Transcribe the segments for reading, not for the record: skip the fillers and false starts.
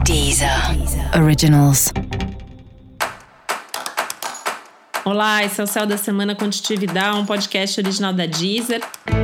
Deezer Originals. Olá, esse é o Céu da Semana com Titi Vidal, um podcast original da Deezer.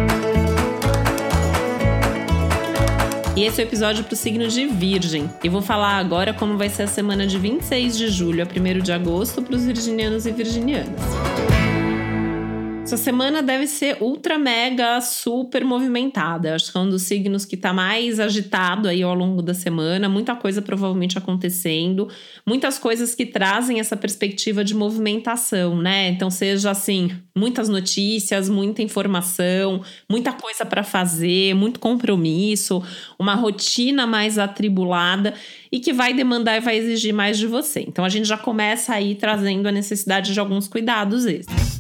E esse é o episódio para o signo de Virgem. E vou falar agora como vai ser a semana de 26 de julho a 1º de agosto para os virginianos e virginianas. Essa semana deve ser ultra, mega, super movimentada. Acho que é um dos signos que está mais agitado aí ao longo da semana. Muita coisa provavelmente acontecendo. Muitas coisas que trazem essa perspectiva de movimentação, né? Então seja assim, muitas notícias, muita informação, muita coisa para fazer, muito compromisso, uma rotina mais atribulada e que vai demandar e vai exigir mais de você. Então a gente já começa aí trazendo a necessidade de alguns cuidados extras.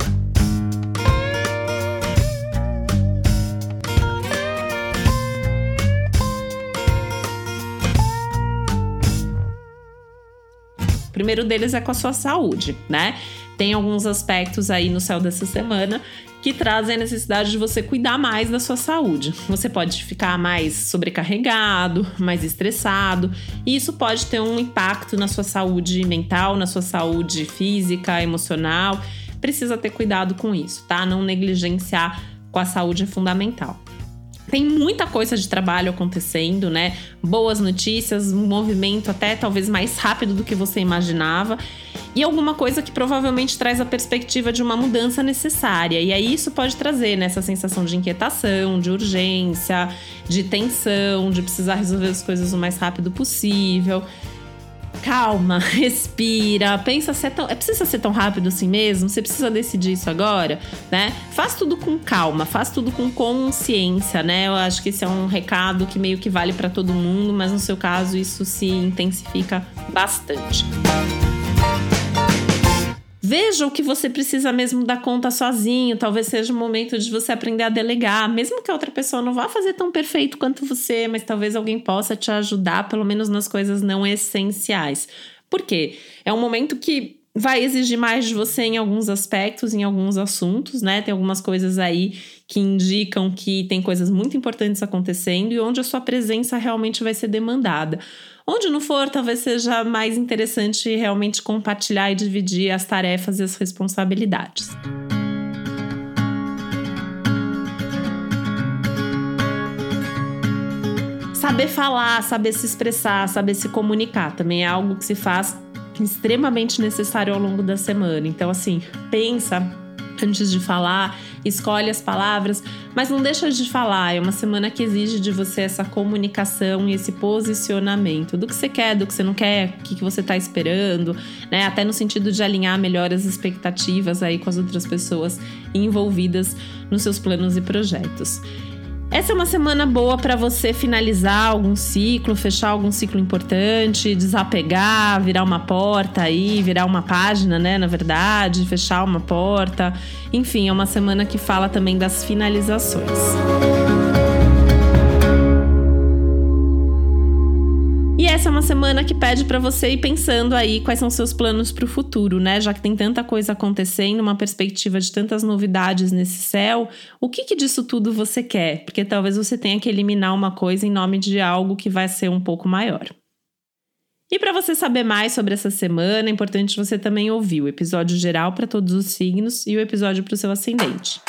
O primeiro deles é com a sua saúde, né? Tem alguns aspectos aí no céu dessa semana que trazem a necessidade de você cuidar mais da sua saúde. Você pode ficar mais sobrecarregado, mais estressado, e isso pode ter um impacto na sua saúde mental, na sua saúde física, emocional. Precisa ter cuidado com isso, tá? Não negligenciar com a saúde é fundamental. Tem muita coisa de trabalho acontecendo, né? Boas notícias, um movimento até talvez mais rápido do que você imaginava. E alguma coisa que provavelmente traz a perspectiva de uma mudança necessária. E aí isso pode trazer, né, essa sensação de inquietação, de urgência, de tensão, de precisar resolver as coisas o mais rápido possível. Calma, respira, pensa se precisa ser tão rápido assim mesmo? Você precisa decidir isso agora, né? Faz tudo com calma, faz tudo com consciência, né? Eu acho que esse é um recado que meio que vale para todo mundo, mas no seu caso isso se intensifica bastante. Veja o que você precisa mesmo dar conta sozinho. Talvez seja o momento de você aprender a delegar. Mesmo que a outra pessoa não vá fazer tão perfeito quanto você, mas talvez alguém possa te ajudar, pelo menos nas coisas não essenciais. Por quê? É um momento que vai exigir mais de você em alguns aspectos, em alguns assuntos, né? Tem algumas coisas aí que indicam que tem coisas muito importantes acontecendo e onde a sua presença realmente vai ser demandada. Onde não for, talvez seja mais interessante realmente compartilhar e dividir as tarefas e as responsabilidades. Saber falar, saber se expressar, saber se comunicar também é algo que se faz extremamente necessário ao longo da semana. Então, assim, pensa antes de falar, escolhe as palavras, mas não deixa de falar. É uma semana que exige de você essa comunicação e esse posicionamento do que você quer, do que você não quer, o que você está esperando, né? Até no sentido de alinhar melhor as expectativas aí com as outras pessoas envolvidas nos seus planos e projetos. Essa é uma semana boa para você finalizar algum ciclo, fechar algum ciclo importante, desapegar, virar uma porta aí, virar uma página, né? Na verdade, fechar uma porta. Enfim, é uma semana que fala também das finalizações. E essa é uma semana que pede para você ir pensando aí quais são seus planos para o futuro, né? Já que tem tanta coisa acontecendo, uma perspectiva de tantas novidades nesse céu, o que disso tudo você quer? Porque talvez você tenha que eliminar uma coisa em nome de algo que vai ser um pouco maior. E para você saber mais sobre essa semana, é importante você também ouvir o episódio geral para todos os signos e o episódio para o seu ascendente.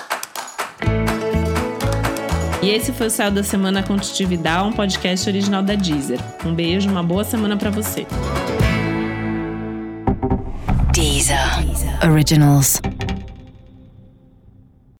E esse foi o Céu da Semana com Titi Vidal, um podcast original da Deezer. Um beijo, uma boa semana pra você. Deezer Originals.